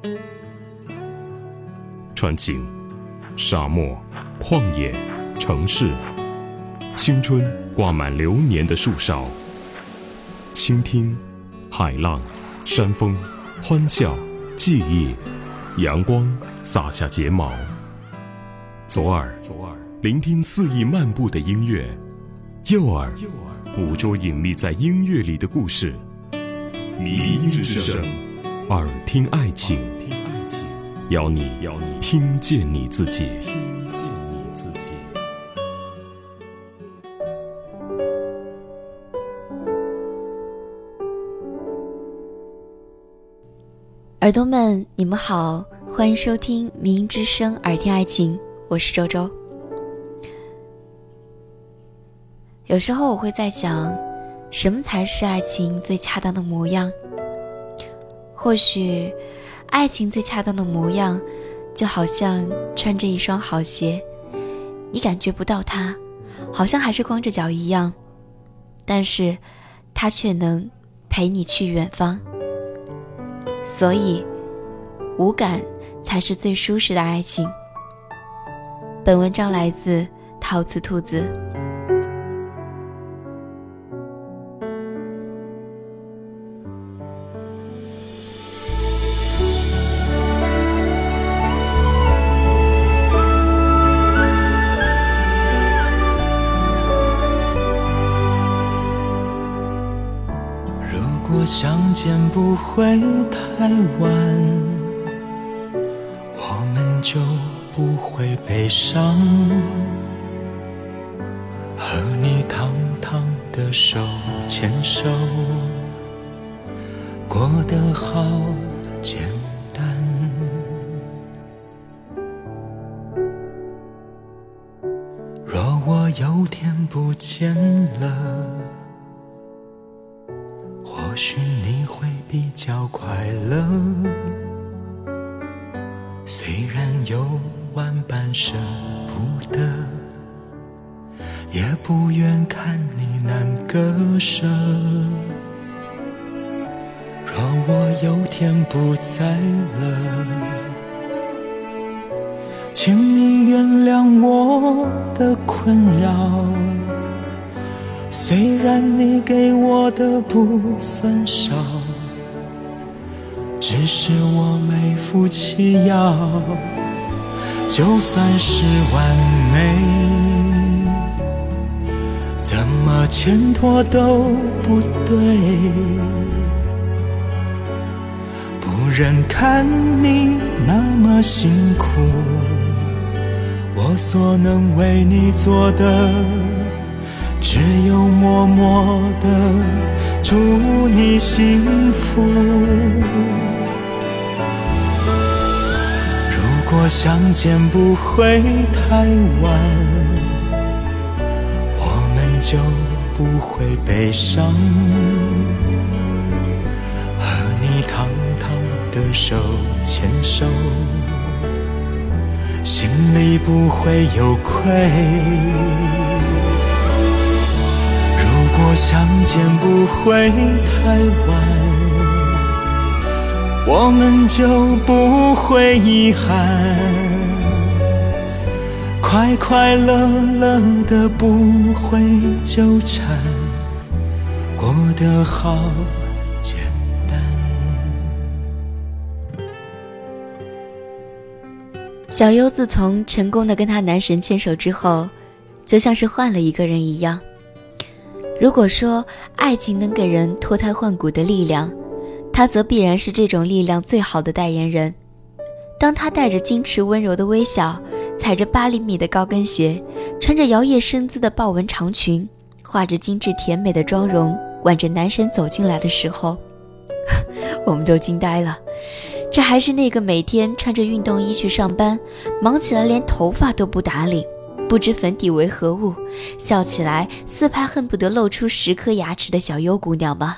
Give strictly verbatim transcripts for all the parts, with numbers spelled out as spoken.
穿行沙漠、旷野、城市，青春挂满流年的树梢。倾听海浪、山风、欢笑、记忆，阳光洒下睫毛。左耳聆听肆意漫步的音乐，右耳捕捉隐秘在音乐里的故事。迷音之声，耳听爱情，邀你听见你自己。 耳朵们，你们好，欢迎收听迷音之声耳听爱情，我是周周。有时候我会在想，什么才是爱情最恰当的模样？或许爱情最恰当的模样就好像穿着一双好鞋，你感觉不到它好像还是光着脚一样，但是它却能陪你去远方。所以无感才是最舒适的爱情。本文章来自陶瓷兔子。 如果相见不会太晚，我们就不会悲伤，和你堂堂的手牵手，过得好简单。若我有天不见了，或许你会比较快乐，虽然有万般舍不得，也不愿看你难割舍。若我有天不在了，请你原谅我的困扰，虽然你给我的不算少，只是我没福气要，就算是完美，怎么牵拖都不对，不忍看你那么辛苦，我所能为你做的只有默默地祝你幸福。如果相见不会太晚，我们就不会悲伤，和你堂堂的手牵手，心里不会有愧。如果相见不会太晚，我们就不会遗憾，快快乐乐的不会纠缠，过得好简单。 小优自从成功的跟她男神牵手之后，就像是换了一个人一样。如果说爱情能给人脱胎换骨的力量，他则必然是这种力量最好的代言人。当他带着矜持温柔的微笑，踩着八厘米的高跟鞋，穿着摇曳身姿的豹纹长裙，画着精致甜美的妆容，挽着男神走进来的时候，我们都惊呆了。这还是那个每天穿着运动衣去上班，忙起来连头发都不打理，不知粉底为何物，笑起来四拍恨不得露出十颗牙齿的小优姑娘吗？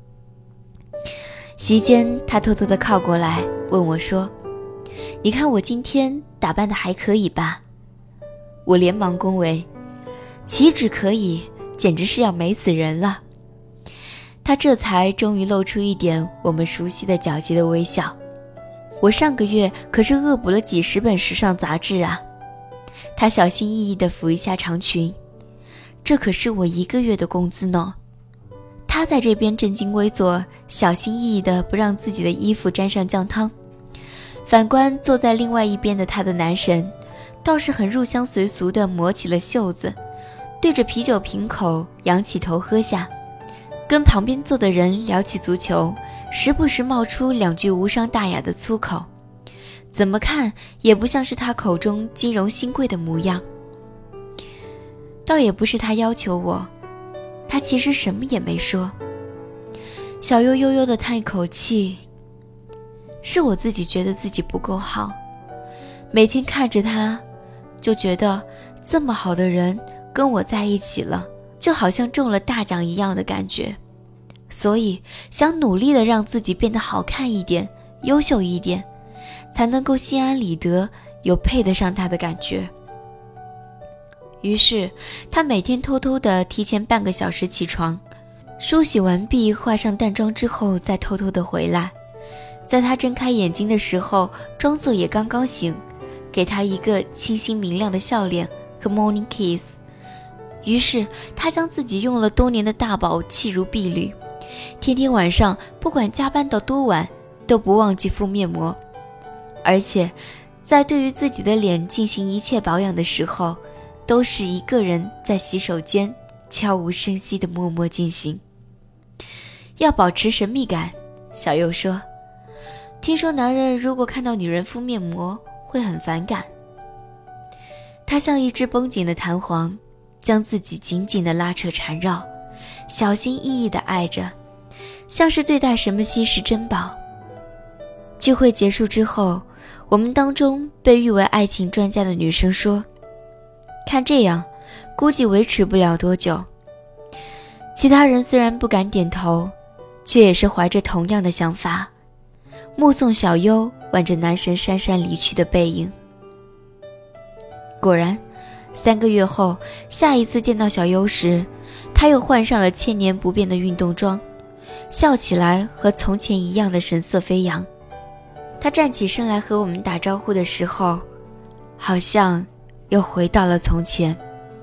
席间她偷偷地靠过来问我说，你看我今天打扮得还可以吧？我连忙恭维，岂止可以，简直是要美死人了。她这才终于露出一点我们熟悉的皎洁的微笑。 我上个月可是恶补了几十本时尚杂志啊。她小心翼翼地抚一下长裙，这可是我一个月的工资呢。她在这边正襟危坐，小心翼翼地不让自己的衣服沾上酱汤。反观坐在另外一边的她的男神，倒是很入乡随俗地抹起了袖子，对着啤酒瓶口仰起头喝下，跟旁边坐的人聊起足球，时不时冒出两句无伤大雅的粗口，怎么看也不像是他口中金融新贵的模样。倒也不是他要求我，他其实什么也没说。小优悠悠地叹一口气，是我自己觉得自己不够好，每天看着他，就觉得这么好的人跟我在一起了，就好像中了大奖一样的感觉，所以想努力地让自己变得好看一点，优秀一点，才能够心安理得，有配得上他的感觉。于是他每天偷偷地提前半个小时起床，梳洗完毕，化上淡妆之后再偷偷地回来，在他睁开眼睛的时候装作也刚刚醒，给他一个清新明亮的笑脸和 morning kiss。 于是他将自己用了多年的大宝弃如敝履，天天晚上不管加班到多晚都不忘记敷面膜，而且在对于自己的脸进行一切保养的时候，都是一个人在洗手间悄无声息地默默进行。要保持神秘感，小佑说，听说男人如果看到女人敷面膜会很反感。他像一只绷紧的弹簧，将自己紧紧地拉扯缠绕，小心翼翼地爱着，像是对待什么稀世珍宝。聚会结束之后，我们当中被誉为爱情专家的女生说，看这样估计维持不了多久。其他人虽然不敢点头，却也是怀着同样的想法，目送小优挽着男神姗姗离去的背影。果然三个月后，下一次见到小优时，他又换上了千年不变的运动装，笑起来和从前一样的神色飞扬。他站起身来和我们打招呼的时候，好像又回到了从前。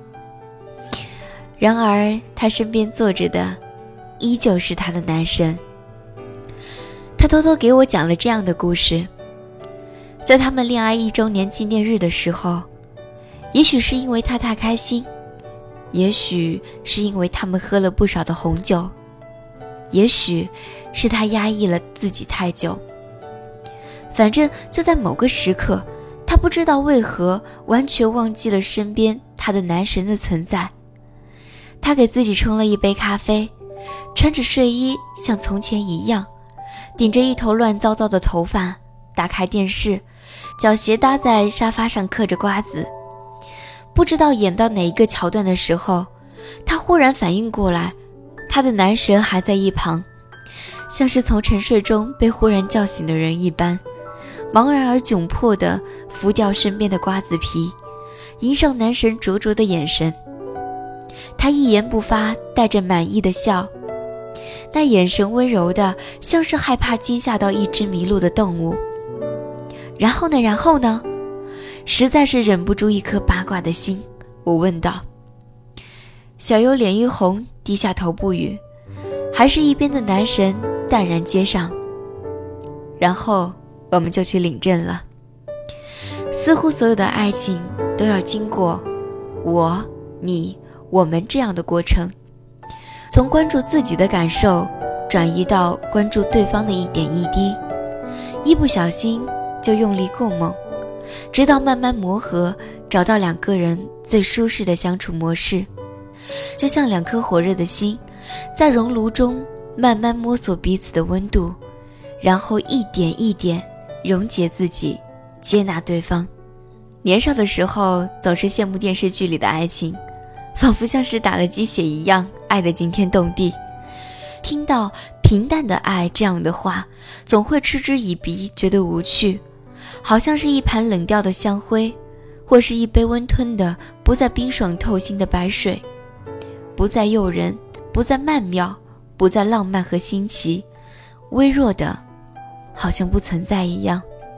然而他身边坐着的依旧是他的男神。他偷偷给我讲了这样的故事，在他们恋爱一周年纪念日的时候，也许是因为他太开心，也许是因为他们喝了不少的红酒，也许是他压抑了自己太久，反正就在某个时刻，他不知道为何完全忘记了身边他的男神的存在。他给自己冲了一杯咖啡，穿着睡衣像从前一样，顶着一头乱糟糟的头发，打开电视，脚斜搭在沙发上嗑着瓜子。不知道演到哪一个桥段的时候，他忽然反应过来，他的男神还在一旁，像是从沉睡中被忽然叫醒的人一般，茫然而窘迫地拂掉身边的瓜子皮，迎上男神灼灼的眼神。他一言不发，带着满意的笑，那眼神温柔的像是害怕惊吓到一只迷路的动物。然后呢然后呢实在是忍不住一颗八卦的心，我问道。小优脸一红，低下头不语，还是一边的男神淡然接上。然后我们就去领证了。似乎所有的爱情都要经过我、你、我们这样的过程，从关注自己的感受转移到关注对方的一点一滴，一不小心就用力过猛，直到慢慢磨合，找到两个人最舒适的相处模式。就像两颗火热的心，在熔炉中慢慢摸索彼此的温度，然后一点一点溶解自己，接纳对方。年少的时候总是羡慕电视剧里的爱情，仿佛像是打了鸡血一样，爱得惊天动地。听到平淡的爱这样的话，总会嗤之以鼻，觉得无趣，好像是一盘冷掉的香灰，或是一杯温吞的不再冰爽透心的白水，不再诱人，不再曼妙，不再浪漫和新奇，微弱的好像不存在一样。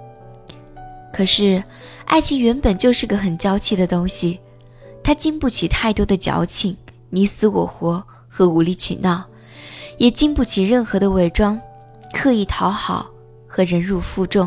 可是爱情原本就是个很娇气的东西，它经不起太多的矫情、你死我活和无理取闹，也经不起任何的伪装、刻意讨好和忍辱负重。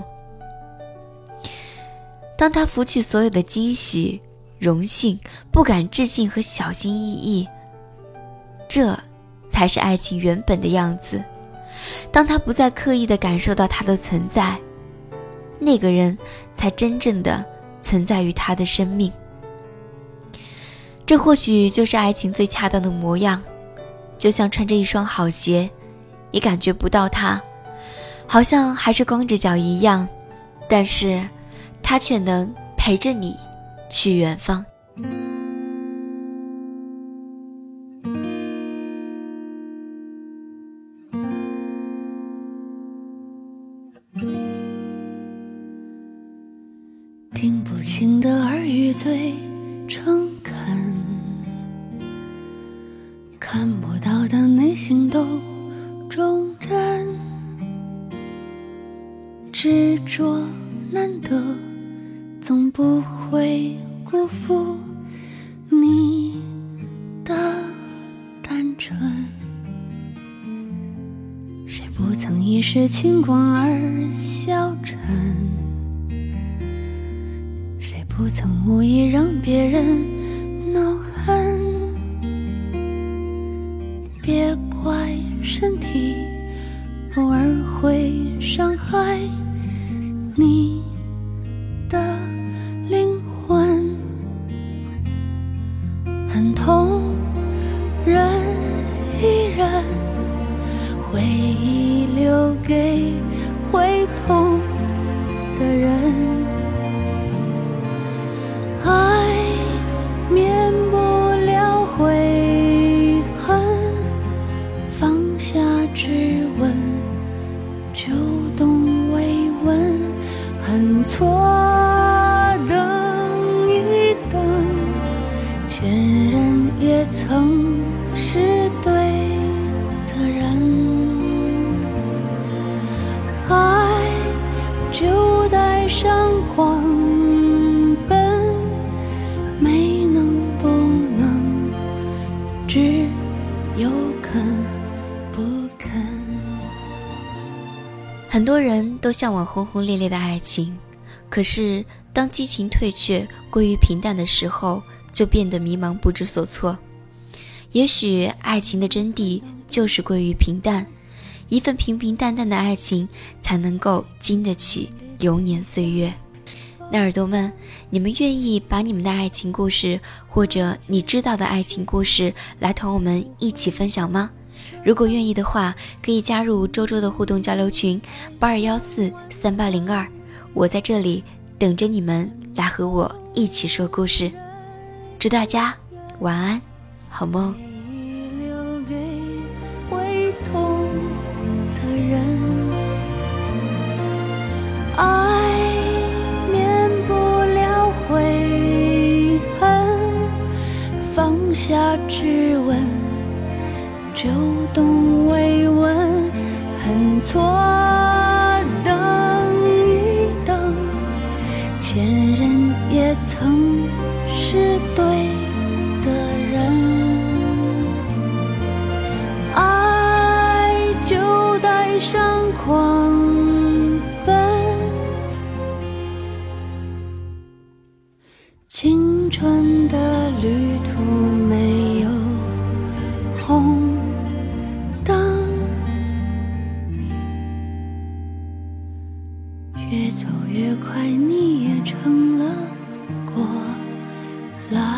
当他拂去所有的惊喜、荣幸、不敢置信和小心翼翼，这才是爱情原本的样子。当他不再刻意地感受到它的存在，那个人才真正的存在于他的生命。这或许就是爱情最恰当的模样，就像穿着一双好鞋，你感觉不到它，好像还是光着脚一样，但是它却能陪着你去远方。 听不清的耳语最诚恳，看不到的内心都忠贞，执着难得，总不会辜负你的单纯。谁不曾一时轻狂而消沉，谁不曾无意让别人恼恨。别怪身体偶尔会伤害你的灵魂，很痛忍一忍，回忆留给会痛的人。爱免不了悔恨，放下质问，就懂慰问，很错等一等，前任也曾是对的人。爱就带上狂奔，没能不能，只有肯不肯。 很多人都向往轰轰烈烈的爱情，可是当激情退却，归于平淡的时候，就变得迷茫不知所措。也许爱情的真谛就是归于平淡，一份平平淡淡的爱情才能够经得起流年岁月。那耳朵们，你们愿意把你们的爱情故事，或者你知道的爱情故事来同我们一起分享吗？如果愿意的话，可以加入周周的互动交流群八二幺四三八零二，我在这里等着你们来和我一起说故事。祝大家晚安，好梦。 留给会痛的人，爱免不了悔恨，放下质问，就懂慰问，很错等一等，前任也曾是对的人。爱就带上狂奔，青春的旅途没有红灯，越走越快，你也成了过来